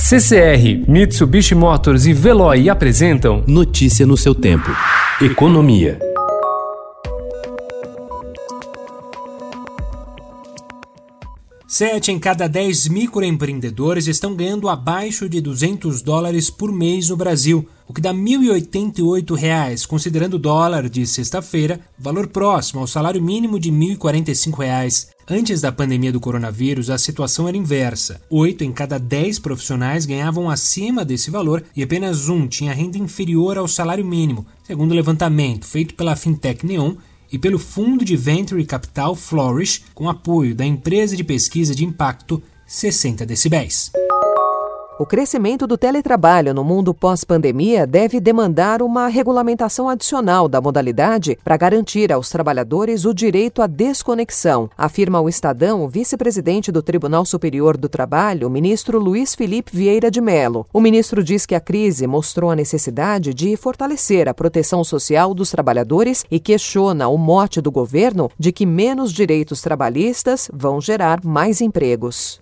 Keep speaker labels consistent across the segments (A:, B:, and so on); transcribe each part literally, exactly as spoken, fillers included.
A: C C R, Mitsubishi Motors e Veloy apresentam
B: Notícia no seu tempo. Economia.
C: Sete em cada dez microempreendedores estão ganhando abaixo de duzentos dólares por mês no Brasil, o que dá mil e oitenta e oito reais, considerando o dólar de sexta-feira, valor próximo ao salário mínimo de mil e quarenta e cinco reais. Antes da pandemia do coronavírus, a situação era inversa. Oito em cada dez profissionais ganhavam acima desse valor e apenas um tinha renda inferior ao salário mínimo, segundo o levantamento feito pela Fintech Neon e pelo fundo de venture capital Flourish, com apoio da empresa de pesquisa de impacto sessenta decibéis.
D: O crescimento do teletrabalho no mundo pós-pandemia deve demandar uma regulamentação adicional da modalidade para garantir aos trabalhadores o direito à desconexão, afirma o Estadão o vice-presidente do Tribunal Superior do Trabalho, o ministro Luiz Felipe Vieira de Mello. O ministro diz que a crise mostrou a necessidade de fortalecer a proteção social dos trabalhadores e questiona o mote do governo de que menos direitos trabalhistas vão gerar mais empregos.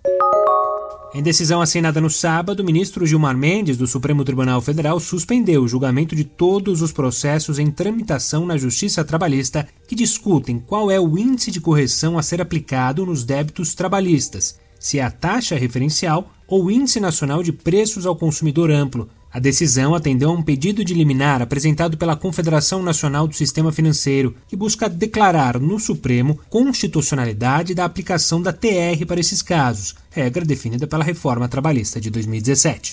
C: Em decisão assinada no sábado, o ministro Gilmar Mendes, do Supremo Tribunal Federal, suspendeu o julgamento de todos os processos em tramitação na Justiça Trabalhista que discutem qual é o índice de correção a ser aplicado nos débitos trabalhistas, se é a taxa referencial ou o Índice Nacional de Preços ao Consumidor Amplo. A decisão atendeu a um pedido de liminar apresentado pela Confederação Nacional do Sistema Financeiro, que busca declarar no Supremo constitucionalidade da aplicação da T R para esses casos, regra definida pela Reforma Trabalhista de dois mil e dezessete.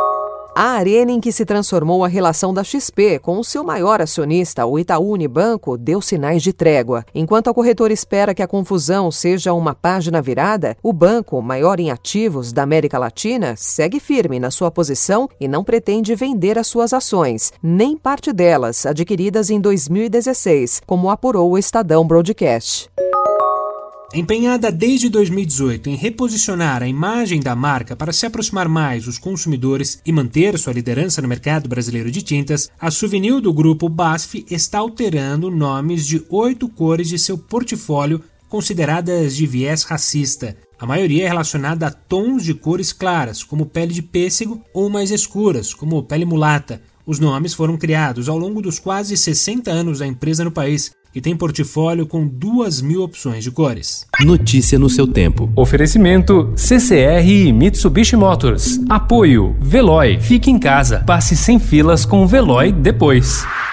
D: A arena em que se transformou a relação da X P com o seu maior acionista, o Itaú Unibanco, deu sinais de trégua. Enquanto a corretora espera que a confusão seja uma página virada, o banco, maior em ativos da América Latina, segue firme na sua posição e não pretende vender as suas ações, nem parte delas adquiridas em dois mil e dezesseis, como apurou o Estadão Broadcast.
C: Empenhada desde dois mil e dezoito em reposicionar a imagem da marca para se aproximar mais dos consumidores e manter sua liderança no mercado brasileiro de tintas, a Souvenir do grupo B A S F está alterando nomes de oito cores de seu portfólio consideradas de viés racista. A maioria é relacionada a tons de cores claras, como pele de pêssego, ou mais escuras, como pele mulata. Os nomes foram criados ao longo dos quase sessenta anos da empresa no país, que tem portfólio com duas mil opções de cores.
B: Notícia no seu tempo.
A: Oferecimento C C R e Mitsubishi Motors. Apoio Veloy. Fique em casa. Passe sem filas com o Veloy depois.